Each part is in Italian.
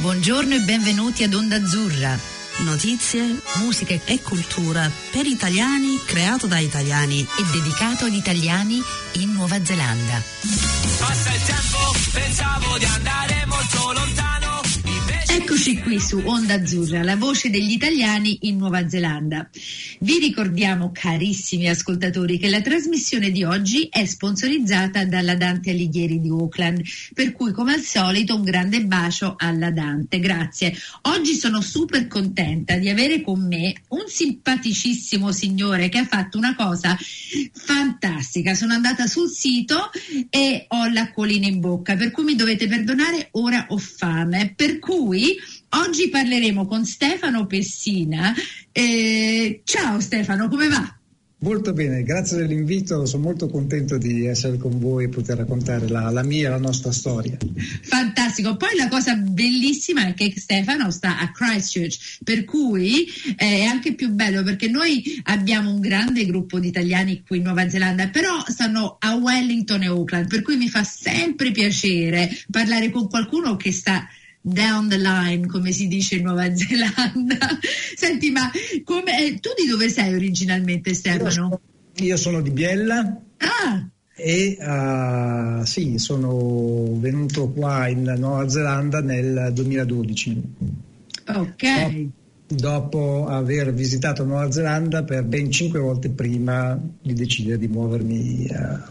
Buongiorno e benvenuti ad Onda Azzurra. Notizie, musica e cultura per italiani, creato da italiani e dedicato agli italiani in Nuova Zelanda. Passa il tempo, pensavo di andare molto lontano. Eccoci qui su Onda Azzurra, la voce degli italiani in Nuova Zelanda. Vi ricordiamo, carissimi ascoltatori, che la trasmissione di oggi è sponsorizzata dalla Dante Alighieri di Auckland, per cui come al solito un grande bacio alla Dante, grazie. Oggi sono super contenta di avere con me un simpaticissimo signore che ha fatto una cosa fantastica. Sono andata sul sito e ho l'acquolina in bocca, per cui mi dovete perdonare, ora ho fame, per cui oggi parleremo con Stefano Pessina. Ciao Stefano, come va? Molto bene, grazie dell'invito, sono molto contento di essere con voi e poter raccontare la nostra storia. Fantastico, poi la cosa bellissima è che Stefano sta a Christchurch, per cui è anche più bello perché noi abbiamo un grande gruppo di italiani qui in Nuova Zelanda, però stanno a Wellington e Auckland, per cui mi fa sempre piacere parlare con qualcuno che sta down the line, come si dice in Nuova Zelanda. Senti, ma tu di dove sei originalmente, Stefano? Io sono di Biella. Ah! E sì, sono venuto qua in Nuova Zelanda nel 2012. Ok. Dopo aver visitato Nuova Zelanda per ben 5 volte prima di decidere di muovermi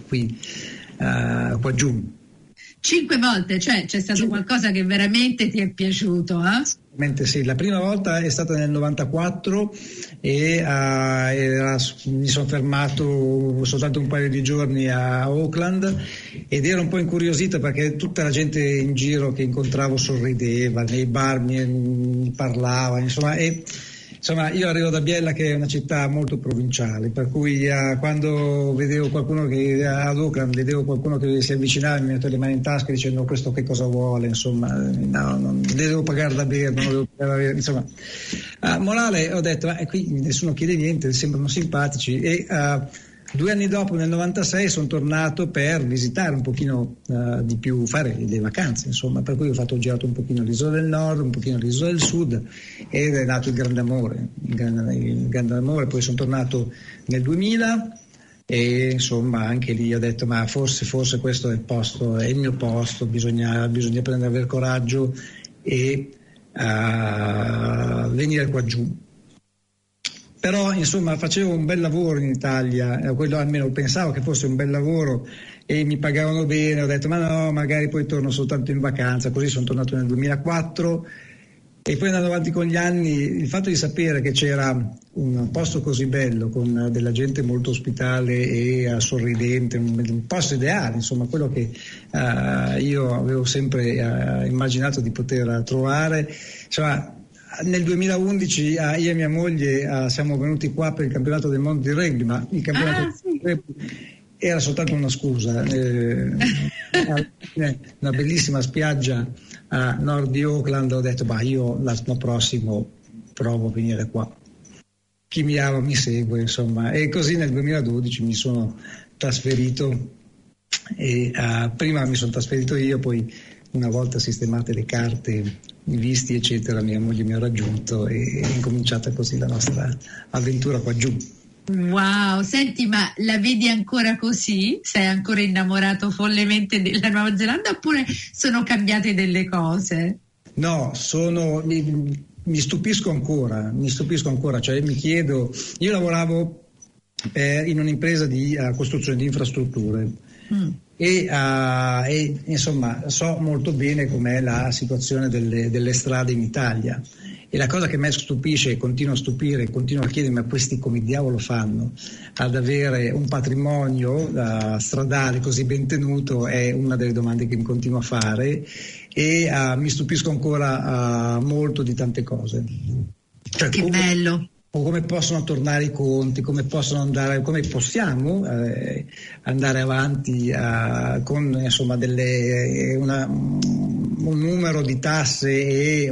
qua giù. 5 volte, cioè c'è stato qualcosa che veramente ti è piaciuto, eh? Sicuramente sì, la prima volta è stata nel 94 e mi sono fermato soltanto un paio di giorni a Auckland ed ero un po' incuriosito perché tutta la gente in giro che incontravo sorrideva, nei bar mi parlava, insomma, io arrivo da Biella che è una città molto provinciale, per cui quando vedevo qualcuno che ad Auckland vedevo qualcuno che si avvicinava e mi metteva le mani in tasca dicendo questo che cosa vuole, insomma, no, non le devo pagare da bere, non lo devo pagare da bere, insomma. Morale, ho detto, qui nessuno chiede niente, sembrano simpatici e 2 anni dopo, nel 96, sono tornato per visitare un pochino di più, fare le vacanze, insomma, per cui ho girato un pochino l'isola del nord, un pochino l'isola del sud ed è nato il grande amore, poi sono tornato nel 2000 e insomma anche lì ho detto ma forse questo è il mio posto, bisogna prendere aver coraggio e venire qua giù. Però insomma facevo un bel lavoro in Italia, quello almeno pensavo che fosse un bel lavoro e mi pagavano bene, ho detto ma no, magari poi torno soltanto in vacanza, così sono tornato nel 2004 e poi andando avanti con gli anni il fatto di sapere che c'era un posto così bello con della gente molto ospitale e sorridente, un posto ideale, insomma quello che io avevo sempre immaginato di poter trovare, insomma. Nel 2011 io e mia moglie siamo venuti qua per il campionato del mondo di rugby, ma il campionato di rugby era soltanto una scusa. Una bellissima spiaggia a nord di Auckland, ho detto io l'anno prossimo provo a venire qua. Chi mi ama mi segue, insomma. E così nel 2012 mi sono trasferito e prima mi sono trasferito io, poi una volta sistemate le carte, i visti eccetera, mia moglie mi ha raggiunto e è incominciata così la nostra avventura qua giù. Wow, senti, ma la vedi ancora così? Sei ancora innamorato follemente della Nuova Zelanda oppure sono cambiate delle cose? No, mi stupisco ancora, cioè mi chiedo, io lavoravo in un'impresa di costruzione di infrastrutture. E insomma so molto bene com'è la situazione delle strade in Italia e la cosa che me stupisce e continua a stupire, continuo a chiedermi ma questi come diavolo fanno ad avere un patrimonio stradale così ben tenuto è una delle domande che mi continuo a fare e mi stupisco ancora molto di tante cose. Cioè, che bello! O come possono tornare i conti, come possiamo andare avanti con insomma un numero di tasse e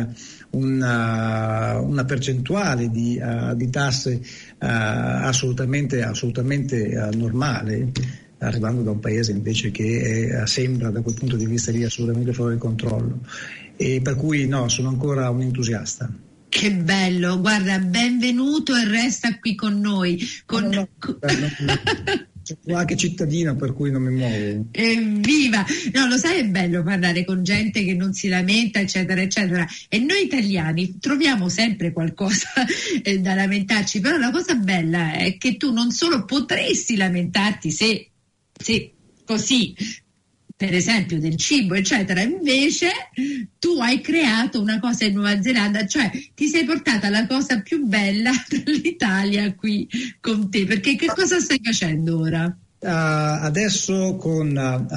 una percentuale di tasse assolutamente normale. arrivando da un paese invece che sembra da quel punto di vista lì assolutamente fuori controllo, e per cui no, sono ancora un entusiasta. Che bello, guarda, benvenuto e resta qui con noi. No. Sono anche cittadino, per cui non mi muovo. Evviva! No, lo sai, è bello parlare con gente che non si lamenta, eccetera, eccetera. E noi italiani troviamo sempre qualcosa da lamentarci, però la cosa bella è che tu non solo potresti lamentarti se così, per esempio del cibo, eccetera, invece tu hai creato una cosa in Nuova Zelanda, cioè ti sei portata la cosa più bella dell'Italia qui con te, perché che cosa stai facendo ora? Adesso con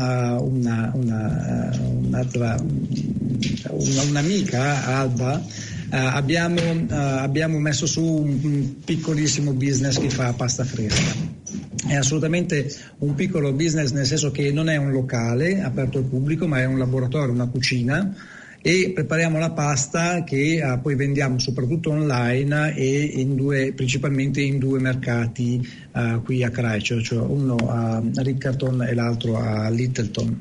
un'amica, Alba, abbiamo messo su un piccolissimo business che fa pasta fresca. È assolutamente un piccolo business, nel senso che non è un locale aperto al pubblico, ma è un laboratorio, una cucina, e prepariamo la pasta che poi vendiamo soprattutto online e principalmente in due mercati qui a Christchurch, cioè uno a Riccarton e l'altro a Littleton.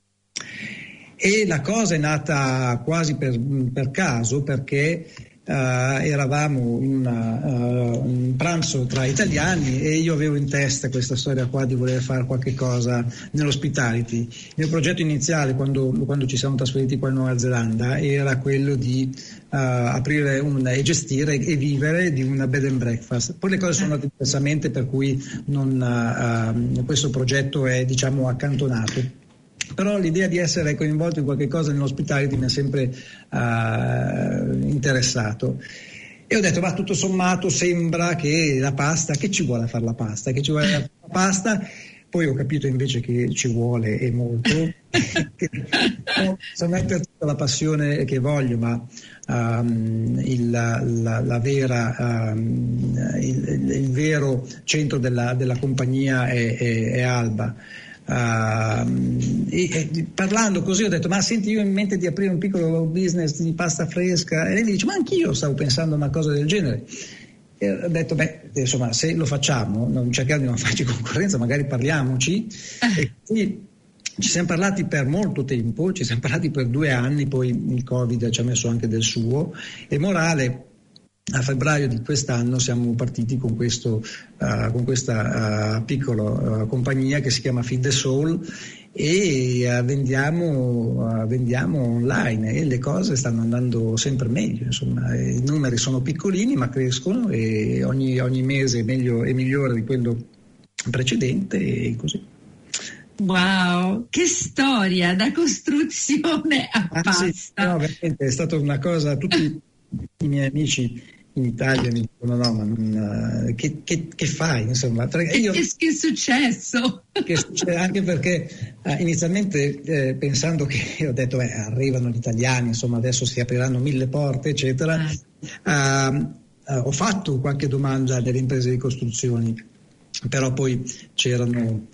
E la cosa è nata quasi per caso, perché eravamo in un pranzo tra italiani e io avevo in testa questa storia qua di voler fare qualche cosa nell'hospitality. Il mio progetto iniziale, quando ci siamo trasferiti qua in Nuova Zelanda, era quello di aprire e gestire e vivere di una bed and breakfast. Poi le cose sono andate diversamente, per cui questo progetto è, diciamo, accantonato. Però l'idea di essere coinvolto in qualche cosa nell'hospitality mi ha sempre interessato. E ho detto, ma tutto sommato sembra che la pasta, che ci vuole a fare la pasta? Che ci vuole a fare la pasta? Poi ho capito invece che ci vuole e molto. Non so mettere tutta la passione che voglio, ma il vero centro della compagnia è Alba. E parlando così ho detto, ma senti, io ho in mente di aprire un piccolo business di pasta fresca, e lei mi dice, ma anch'io stavo pensando a una cosa del genere. E ho detto, insomma, se lo facciamo, non cerchiamo di non farci concorrenza, magari parliamoci. E quindi ci siamo parlati per molto tempo, ci siamo parlati per 2 anni, poi il Covid ci ha messo anche del suo, e morale, a febbraio di quest'anno siamo partiti con questa piccola compagnia che si chiama Feed the Soul, e vendiamo online, e le cose stanno andando sempre meglio, insomma, i numeri sono piccolini ma crescono, e ogni mese è meglio e migliore di quello precedente, e così. Wow, che storia da costruzione a pasta. Sì, no, veramente è stata una cosa, tutti i miei amici in Italia mi dicono, no, ma che fai, insomma? Che è successo? Anche perché inizialmente pensando che, ho detto, arrivano gli italiani, insomma, adesso si apriranno 1000 porte, eccetera, ho fatto qualche domanda delle imprese di costruzioni, però poi c'erano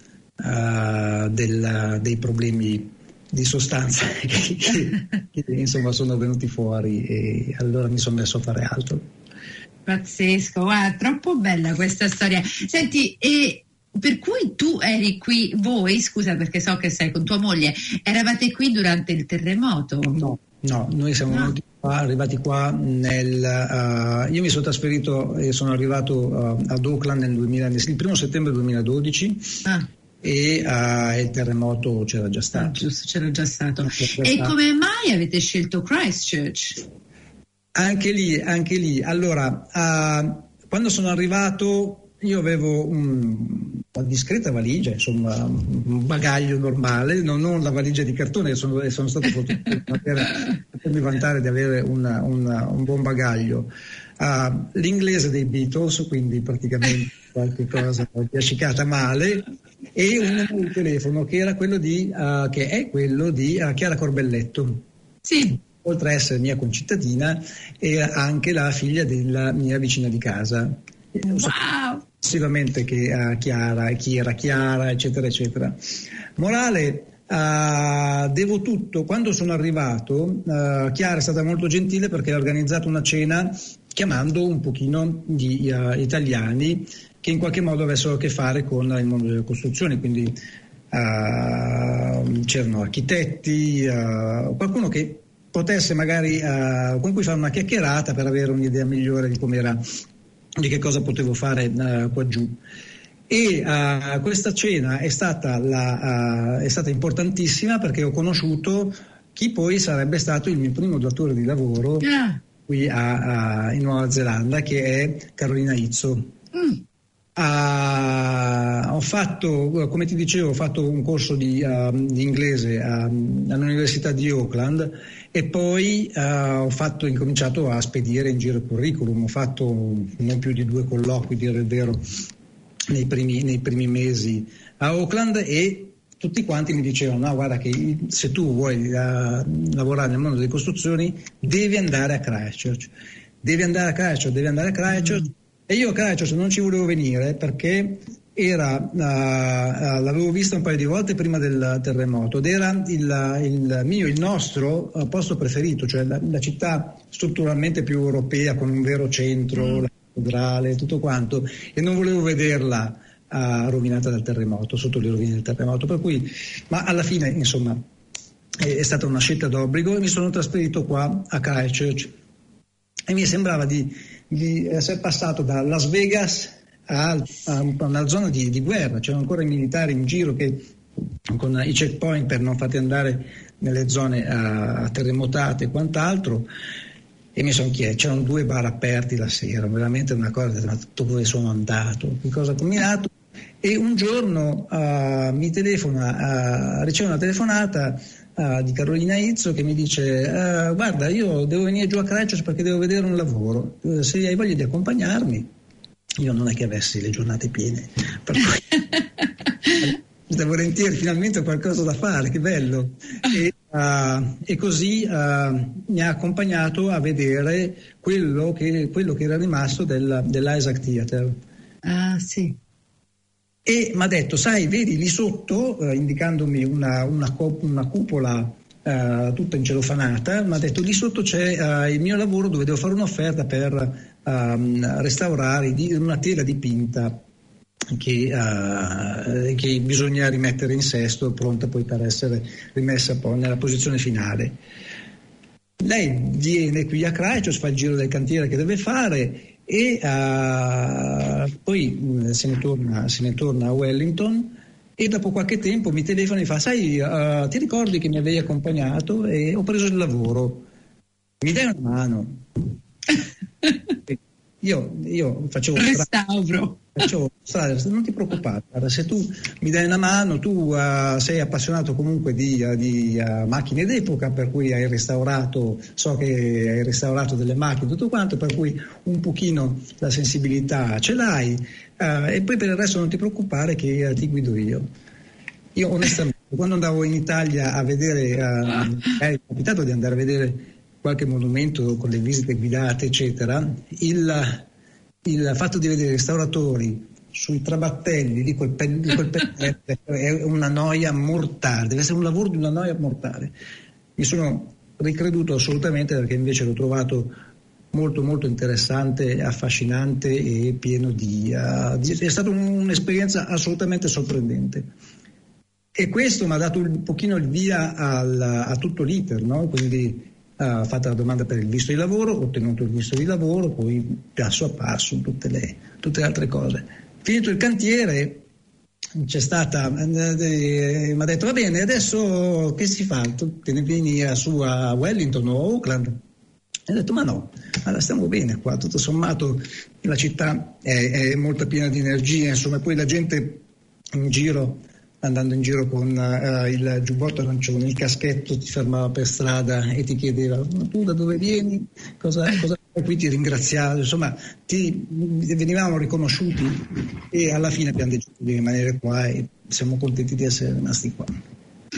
dei problemi di sostanza che insomma sono venuti fuori, e allora mi sono messo a fare altro. Pazzesco, troppo bella questa storia. Senti, e per cui tu eri qui, voi, scusa perché so che sei con tua moglie, eravate qui durante il terremoto? No, noi siamo arrivati qua io mi sono trasferito e sono arrivato ad Auckland il 1 settembre 2012. E il terremoto c'era già stato. Giusto, c'era già stato. E come mai avete scelto Christchurch? Anche lì. Allora, quando sono arrivato io avevo una discreta valigia, insomma, un bagaglio normale, non la valigia di cartone, sono stato fortunato per potermi vantare di avere un buon bagaglio. L'inglese dei Beatles, quindi praticamente qualche cosa piascicata male, e un numero di telefono che era quello che è quello di Chiara Corbelletto. Sì. Oltre a essere mia concittadina, era anche la figlia della mia vicina di casa. Wow! Passivamente che Chiara, chi era Chiara, eccetera, eccetera. Morale, devo tutto. Quando sono arrivato, Chiara è stata molto gentile perché ha organizzato una cena chiamando un pochino di italiani che in qualche modo avessero a che fare con il mondo delle costruzioni, quindi c'erano architetti, qualcuno che potesse magari con cui fare una chiacchierata per avere un'idea migliore di che cosa potevo fare qua giù. E questa cena è stata importantissima, perché ho conosciuto chi poi sarebbe stato il mio primo datore di lavoro qui in Nuova Zelanda, che è Carolina Izzo. Ho fatto, come ti dicevo, ho fatto un corso di inglese all'Università di Auckland, e poi ho incominciato a spedire in giro il curriculum. Ho fatto non più di 2 colloqui, dire il vero, nei primi mesi a Auckland, e tutti quanti mi dicevano: no, guarda che se tu vuoi lavorare nel mondo delle costruzioni devi andare a Christchurch. E io a Christchurch non ci volevo venire, perché l'avevo vista un paio di volte prima del terremoto, ed era il nostro posto preferito, cioè la città strutturalmente più europea, con un vero centro, la cattedrale, tutto quanto, e non volevo vederla rovinata dal terremoto, sotto le rovine del terremoto, per cui, ma alla fine, insomma, è stata una scelta d'obbligo, e mi sono trasferito qua a Christchurch, e mi sembrava di essere passato da Las Vegas a una zona di guerra. C'erano ancora i militari in giro che, con i checkpoint per non farti andare nelle zone terremotate e quant'altro, e mi sono chiesto, c'erano 2 bar aperti la sera, veramente una cosa, ma dove sono andato, che cosa ho combinato? E un giorno ricevo una telefonata di Carolina Izzo, che mi dice: guarda, io devo venire giù a Christchurch perché devo vedere un lavoro, se hai voglia di accompagnarmi. Io non è che avessi le giornate piene, per cui da volentieri, finalmente ho qualcosa da fare, che bello. E così mi ha accompagnato a vedere quello che era rimasto dell'Isaac Theatre. Ah, sì. E mi ha detto: sai, vedi lì sotto, indicandomi una cupola tutta incelofanata, mi ha detto: lì sotto c'è il mio lavoro, dove devo fare un'offerta per restaurare una tela dipinta che bisogna rimettere in sesto, pronta poi per essere rimessa poi nella posizione finale. Lei viene qui a Christchurch, fa il giro del cantiere che deve fare, e poi se ne torna a Wellington, e dopo qualche tempo mi telefona e fa: sai, ti ricordi che mi avevi accompagnato e ho preso il lavoro, mi dai una mano? Io facevo restauro. Non ti preoccupare, guarda, se tu mi dai una mano, tu sei appassionato comunque di macchine d'epoca, per cui so che hai restaurato delle macchine, tutto quanto, per cui un pochino la sensibilità ce l'hai, e poi per il resto non ti preoccupare che ti guido io. Io onestamente, quando andavo in Italia a vedere, è capitato di andare a vedere qualche monumento con le visite guidate, eccetera, il fatto di vedere restauratori sui trabattelli di quel pennello è una noia mortale, deve essere un lavoro di una noia mortale. Mi sono ricreduto assolutamente, perché invece l'ho trovato molto molto interessante, affascinante e pieno è stata un'esperienza assolutamente sorprendente. E questo mi ha dato un pochino il via a tutto l'iter, no? Quindi fatta la domanda per il visto di lavoro, ho ottenuto il visto di lavoro, poi passo a passo tutte le altre cose. Finito il cantiere, c'è stata, mi ha detto: va bene, adesso che si fa? Tu te ne vieni su a Wellington o a Auckland? E ho detto: ma no, allora stiamo bene qua, tutto sommato la città è molto piena di energia, insomma, poi la gente andando in giro con il giubbotto arancione, il caschetto, ti fermava per strada e ti chiedeva: ma tu da dove vieni? Cosa fai qui? Ti ringraziavo, insomma, venivamo riconosciuti, e alla fine abbiamo deciso di rimanere qua e siamo contenti di essere rimasti qua.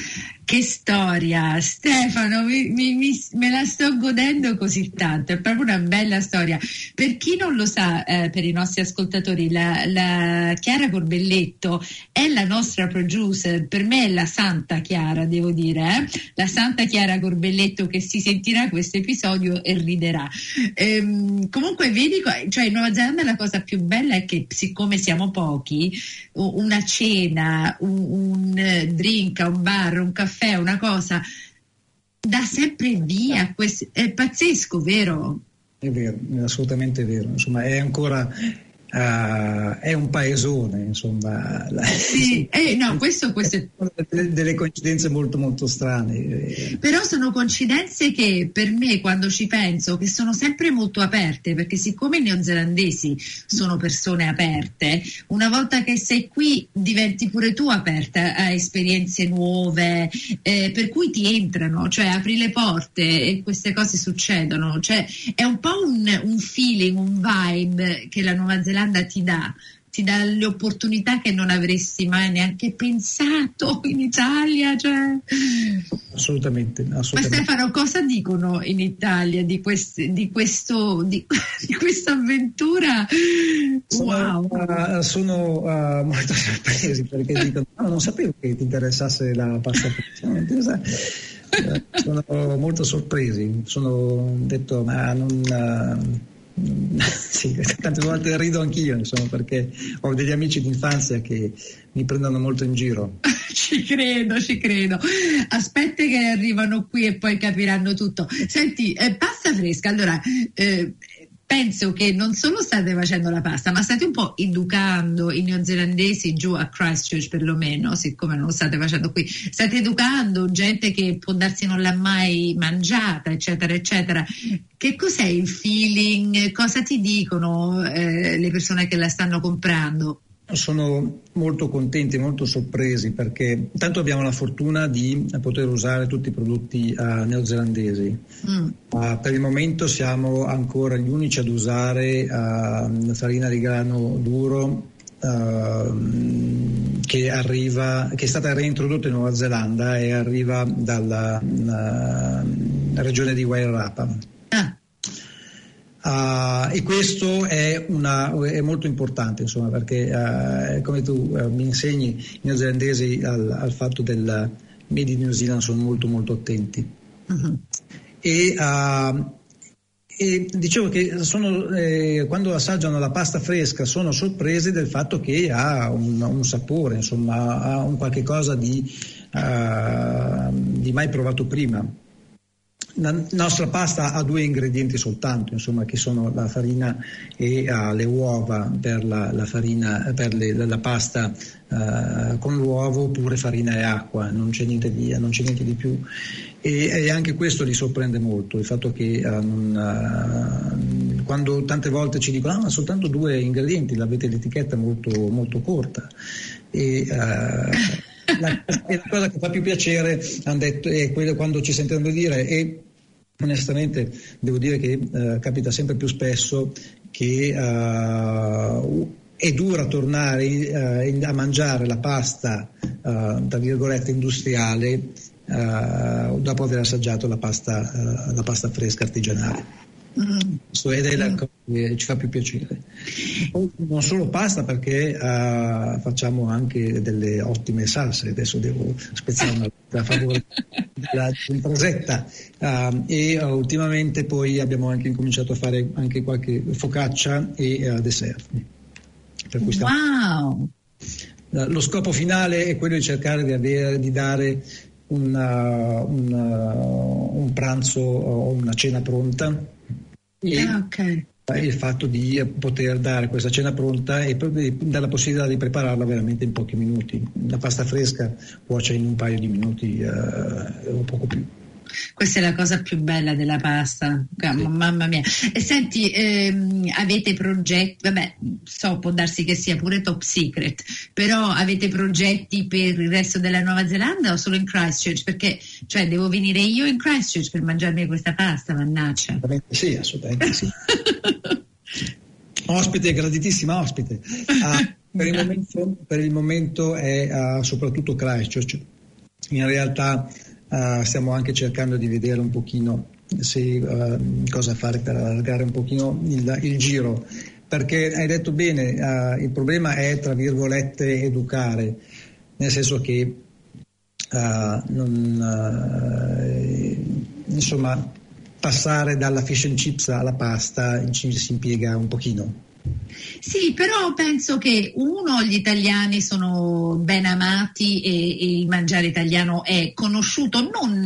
Che storia, Stefano, me la sto godendo così tanto, è proprio una bella storia. Per chi non lo sa, per i nostri ascoltatori, la Chiara Corbelletto è la nostra producer, per me è la Santa Chiara, devo dire, la Santa Chiara Corbelletto, che si sentirà questo episodio e riderà. Comunque vedi, cioè in Nuova Zelanda la cosa più bella è che, siccome siamo pochi, una cena, un drink, un bar, un caffè, una cosa dà sempre via. È pazzesco, vero? È vero, è assolutamente vero. Insomma, è ancora è un paesone, insomma. Sì, no, questo è delle coincidenze molto molto strane. Però sono coincidenze che per me, quando ci penso, che sono sempre molto aperte, perché siccome i neozelandesi sono persone aperte, una volta che sei qui diventi pure tu aperta a esperienze nuove, per cui ti entrano, cioè apri le porte e queste cose succedono. Cioè è un po' un feeling, un vibe che la Nuova Zelanda ti dà le opportunità che non avresti mai neanche pensato in Italia, cioè. Assolutamente. Ma Stefano, cosa dicono in Italia di questa avventura? Wow. Sono molto sorpresi, perché dicono non sapevo che ti interessasse la pasta fresca. Sono molto sorpresi, sono detto ma non sì, tante volte rido anch'io, insomma, perché ho degli amici d'infanzia che mi prendono molto in giro. Ci credo. Aspetta che arrivano qui e poi capiranno tutto. Senti, pasta fresca, allora penso che non solo state facendo la pasta, ma state un po' educando i neozelandesi giù a Christchurch, perlomeno, siccome non lo state facendo qui. State educando gente che può darsi non l'ha mai mangiata, eccetera, eccetera. Che cos'è il feeling? Cosa ti dicono le persone che la stanno comprando? Sono molto contenti, molto sorpresi, perché intanto abbiamo la fortuna di poter usare tutti i prodotti neozelandesi. Per il momento siamo ancora gli unici ad usare la farina di grano duro che è stata reintrodotta in Nuova Zelanda e arriva dalla regione di Wairarapa. E questo è molto importante, insomma, perché come tu mi insegni, i neozelandesi al fatto del Made in New Zealand sono molto molto attenti. E dicevo che quando assaggiano la pasta fresca sono sorpresi del fatto che ha un sapore, insomma, ha un qualche cosa di mai provato prima. La nostra pasta ha 2 ingredienti soltanto, insomma, che sono la farina e le uova per la farina, per la pasta con l'uovo, oppure farina e acqua, non c'è niente di più. E anche questo li sorprende molto, il fatto che quando tante volte ci dicono ma soltanto 2 ingredienti, l'avete l'etichetta molto, molto corta. La cosa che fa più piacere, hanno detto, è quella quando ci sentiamo dire, e onestamente devo dire che capita sempre più spesso che è dura tornare a mangiare la pasta tra virgolette industriale dopo aver assaggiato la pasta fresca artigianale. Ed è la cosa che ci fa più piacere. Non solo pasta, perché facciamo anche delle ottime salse. Adesso devo spezzare a favore dell'impresetta, e ultimamente poi abbiamo anche incominciato a fare anche qualche focaccia e dessert. Per cui lo scopo finale è quello di cercare di dare un pranzo o una cena pronta. Okay. Il fatto di poter dare questa cena pronta e proprio dare la possibilità di prepararla veramente in pochi minuti. La pasta fresca cuoce in un paio di minuti o poco più. Questa è la cosa più bella della pasta, sì. Mamma mia. E senti, avete progetti, può darsi che sia pure top secret, però avete progetti per il resto della Nuova Zelanda o solo in Christchurch? Perché devo venire io in Christchurch per mangiarmi questa pasta, mannaggia. Sì, assolutamente sì. Ospite, graditissima ospite. Per il momento è soprattutto Christchurch. In realtà stiamo anche cercando di vedere un pochino cosa fare per allargare un pochino il giro, perché hai detto bene, il problema è, tra virgolette, educare, nel senso che insomma, passare dalla fish and chips alla pasta ci si impiega un pochino. Sì, però penso che gli italiani sono ben amati e il mangiare italiano è conosciuto non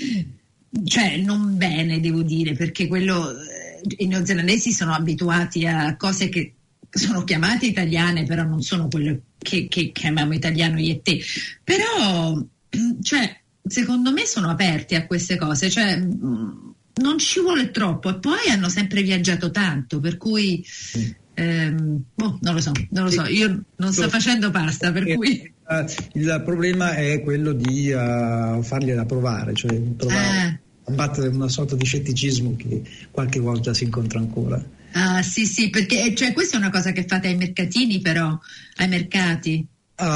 bene, devo dire, perché i neozelandesi sono abituati a cose che sono chiamate italiane, però non sono quelle che chiamiamo italiano io e te. Però, secondo me sono aperti a queste cose, non ci vuole troppo, e poi hanno sempre viaggiato tanto, per cui non lo so, io non sto facendo pasta, per cui il problema è quello di fargliela provare, provare a battere una sorta di scetticismo che qualche volta si incontra ancora. Sì, perché questa è una cosa che fate ai mercatini, però ai mercati.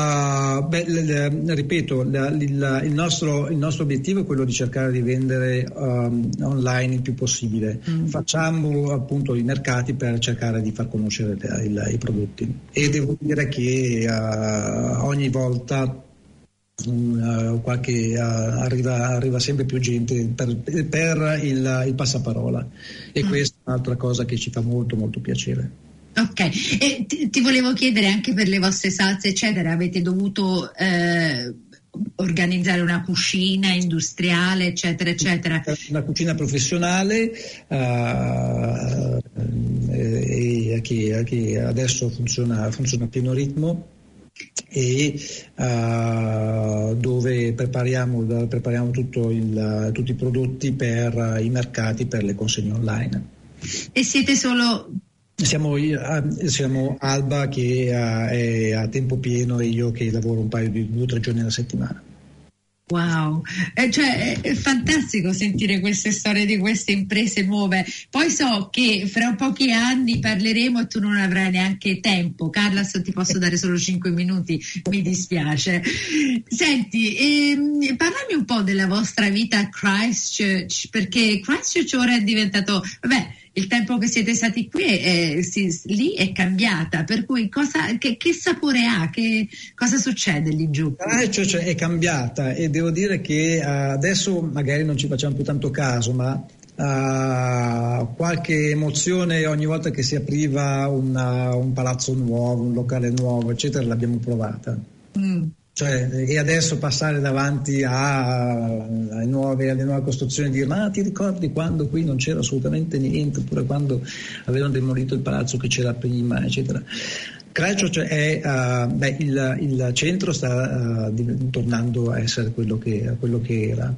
Ripeto, il nostro obiettivo è quello di cercare di vendere online il più possibile. Facciamo appunto i mercati per cercare di far conoscere i prodotti, e devo dire che ogni volta arriva sempre più gente per il passaparola, e questa è un'altra cosa che ci fa molto molto piacere. Ok, e ti volevo chiedere anche per le vostre salse eccetera, avete dovuto organizzare una cucina industriale eccetera eccetera? Una cucina professionale che adesso funziona a pieno ritmo, e dove prepariamo tutti i prodotti per i mercati, per le consegne online. E siete solo... Siamo Alba che è a tempo pieno, e io che lavoro un paio di 2 o 3 giorni alla settimana. Wow, è fantastico sentire queste storie di queste imprese nuove. Poi so che fra pochi anni parleremo e tu non avrai neanche tempo. Carla, ti posso dare solo 5 minuti, mi dispiace. Senti, parlami un po' della vostra vita a Christchurch, perché Christchurch ora è diventato, il tempo che siete stati qui lì è cambiata, per cui che sapore ha? Cosa succede lì giù? È cambiata, e devo dire che adesso magari non ci facciamo più tanto caso, ma qualche emozione ogni volta che si apriva un palazzo nuovo, un locale nuovo, eccetera, l'abbiamo provata. E adesso passare davanti alle nuove costruzioni e dire: ma ti ricordi quando qui non c'era assolutamente niente, oppure quando avevano demolito il palazzo che c'era prima, eccetera. Christchurch è il centro sta tornando a essere quello che era.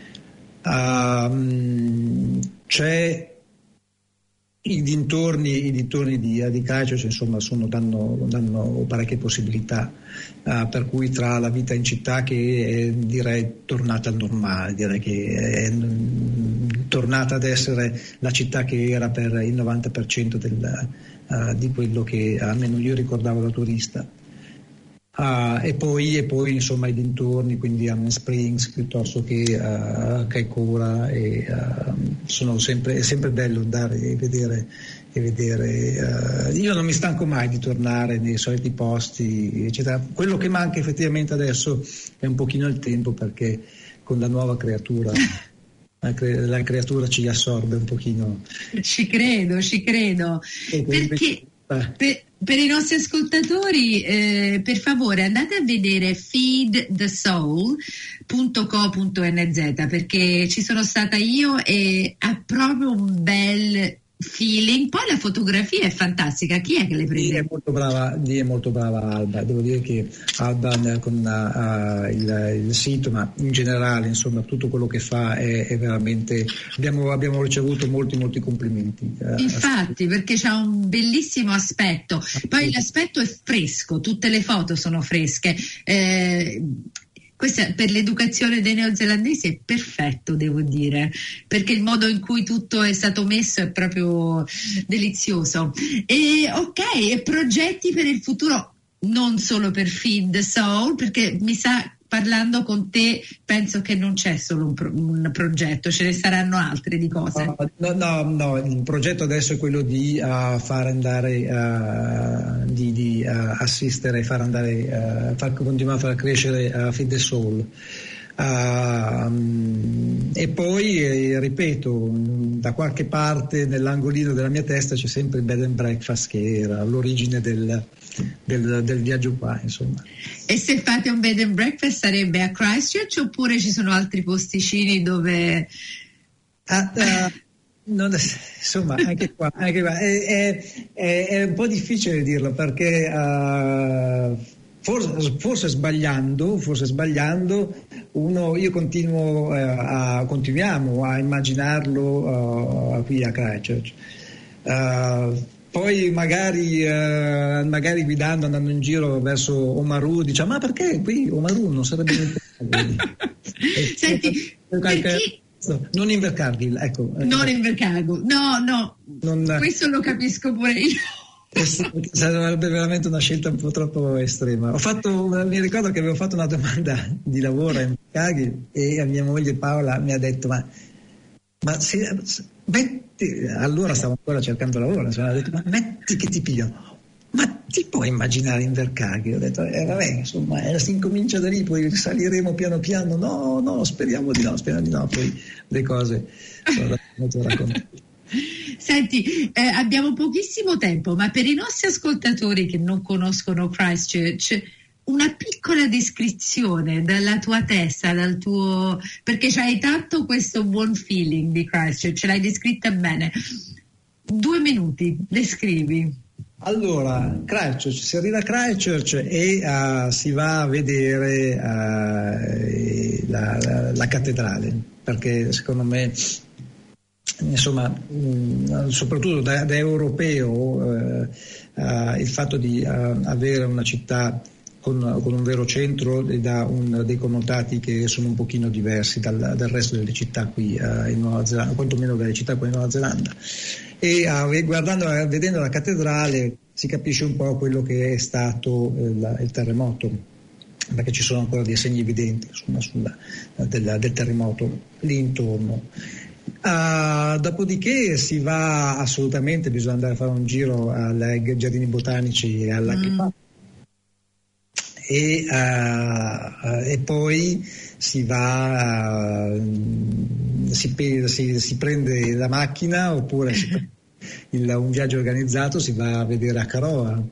C'è i dintorni di Christchurch, insomma, danno parecchie possibilità, per cui tra la vita in città, che è, direi, tornata al normale, direi che è tornata ad essere la città che era per il 90% di quello che almeno io ricordavo da turista. E poi insomma i dintorni, quindi Almond Springs piuttosto che Kaikoura, è sempre bello andare e vedere. Io non mi stanco mai di tornare nei soliti posti, eccetera. Quello che manca effettivamente adesso è un pochino il tempo, perché con la nuova creatura la creatura ci assorbe un pochino. Ci credo. Perché per i nostri ascoltatori, per favore andate a vedere feedthesoul.co.nz, perché ci sono stata io e ha proprio un bel feeling. Poi la fotografia è fantastica. Chi è che le prende? È molto brava Alba. Devo dire che Alba con il sito, ma in generale, insomma, tutto quello che fa è veramente. Abbiamo ricevuto molti complimenti. Infatti, perché c'ha un bellissimo aspetto. Poi l'aspetto è fresco, tutte le foto sono fresche. Questo per l'educazione dei neozelandesi è perfetto, devo dire, perché il modo in cui tutto è stato messo è proprio delizioso. E progetti per il futuro, non solo per Feed the Soul, perché mi sa parlando con te penso che non c'è solo un progetto, ce ne saranno altri di cose. No, il progetto adesso è quello di far andare, di assistere, far continuare a far crescere Feed the Soul. E poi ripeto, da qualche parte nell'angolino della mia testa c'è sempre il bed and breakfast, che era l'origine del viaggio qua, insomma. E se fate un bed and breakfast sarebbe a Christchurch oppure ci sono altri posticini dove insomma anche qua è un po' difficile dirlo, perché forse sbagliando io continuiamo a immaginarlo qui a Christchurch. Poi magari guidando, andando in giro verso Oamaru, diciamo: ma perché qui Oamaru non sarebbe Senti, non in Invercargill, ecco. Non in Invercargill, no, questo lo capisco pure io. Sarebbe veramente una scelta un po' troppo estrema. Mi ricordo che avevo fatto una domanda di lavoro a Invercargill e a mia moglie Paola mi ha detto: ma allora stavo ancora cercando lavoro, mi ha detto: ma metti che ti pigliano, ma ti puoi immaginare Invercargill? Ho detto vabbè, insomma, si incomincia da lì, poi saliremo piano piano. No, speriamo di no, poi le cose sono molto raccontate. Senti, abbiamo pochissimo tempo, ma per i nostri ascoltatori che non conoscono Christchurch, una piccola descrizione dalla tua testa, perché c'hai tanto questo buon feeling di Christchurch, ce l'hai descritta bene. 2 minuti, descrivi. Allora, Christchurch, si arriva a Christchurch e si va a vedere la cattedrale, perché secondo me, insomma, soprattutto da europeo, il fatto di avere una città con un vero centro dà dei connotati che sono un pochino diversi dal resto delle città qui in Nuova Zelanda, quantomeno delle città qui in Nuova Zelanda. E vedendo la cattedrale si capisce un po' quello che è stato il terremoto, perché ci sono ancora dei segni evidenti, insomma, del terremoto lì intorno. Dopodiché bisogna andare a fare un giro ai giardini botanici e alla e poi si prende la macchina, oppure un viaggio organizzato, si va a vedere a Karoa.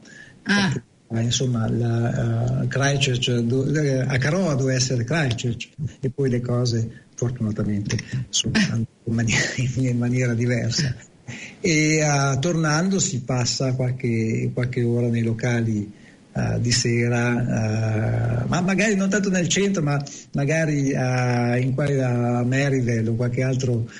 Insomma, Christchurch, a Karoa doveva essere Christchurch, e poi le cose fortunatamente sono in maniera diversa. E tornando si passa qualche ora nei locali di sera, ma magari non tanto nel centro, ma magari a Maryvale o qualche altro,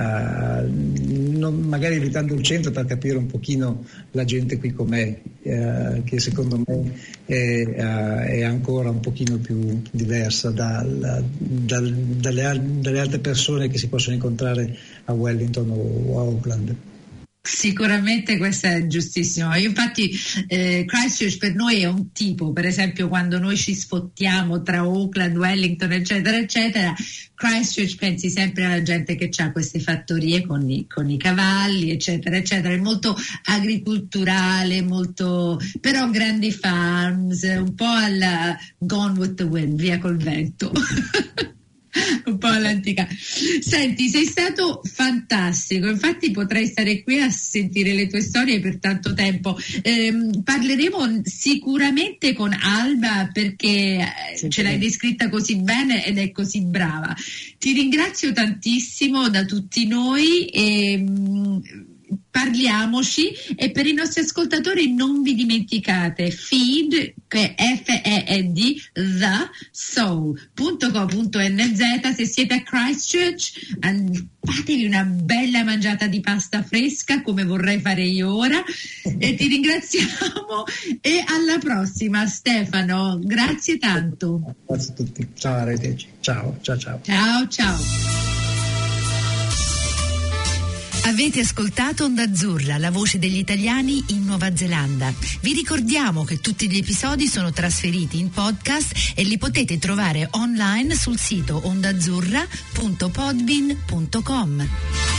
magari evitando il centro, per capire un pochino la gente qui com'è, che secondo me è ancora un pochino più diversa dalle altre persone che si possono incontrare a Wellington o a Auckland. Sicuramente questo è giustissimo. Infatti Christchurch per noi è un tipo, per esempio quando noi ci sfottiamo tra Auckland, Wellington eccetera eccetera, Christchurch pensi sempre alla gente che ha queste fattorie con i cavalli eccetera eccetera, è molto agricolturale, molto, però grandi farms, un po' alla Gone with the Wind, via col vento. Un po' all'antica. Senti, sei stato fantastico, infatti potrei stare qui a sentire le tue storie per tanto tempo. Parleremo sicuramente con Alba, perché ce l'hai descritta così bene ed è così brava. Ti ringrazio tantissimo da tutti noi e parliamoci, e per i nostri ascoltatori non vi dimenticate Feed, che è FEED, thesoul.co.nz. se siete a Christchurch fatevi una bella mangiata di pasta fresca, come vorrei fare io ora, e ti ringraziamo e alla prossima. Stefano, grazie tanto. Grazie a tutti, ciao Areteci, ciao. Ciao. Avete ascoltato Onda Azzurra, la voce degli italiani in Nuova Zelanda. Vi ricordiamo che tutti gli episodi sono trasferiti in podcast e li potete trovare online sul sito ondaazzurra.podbean.com.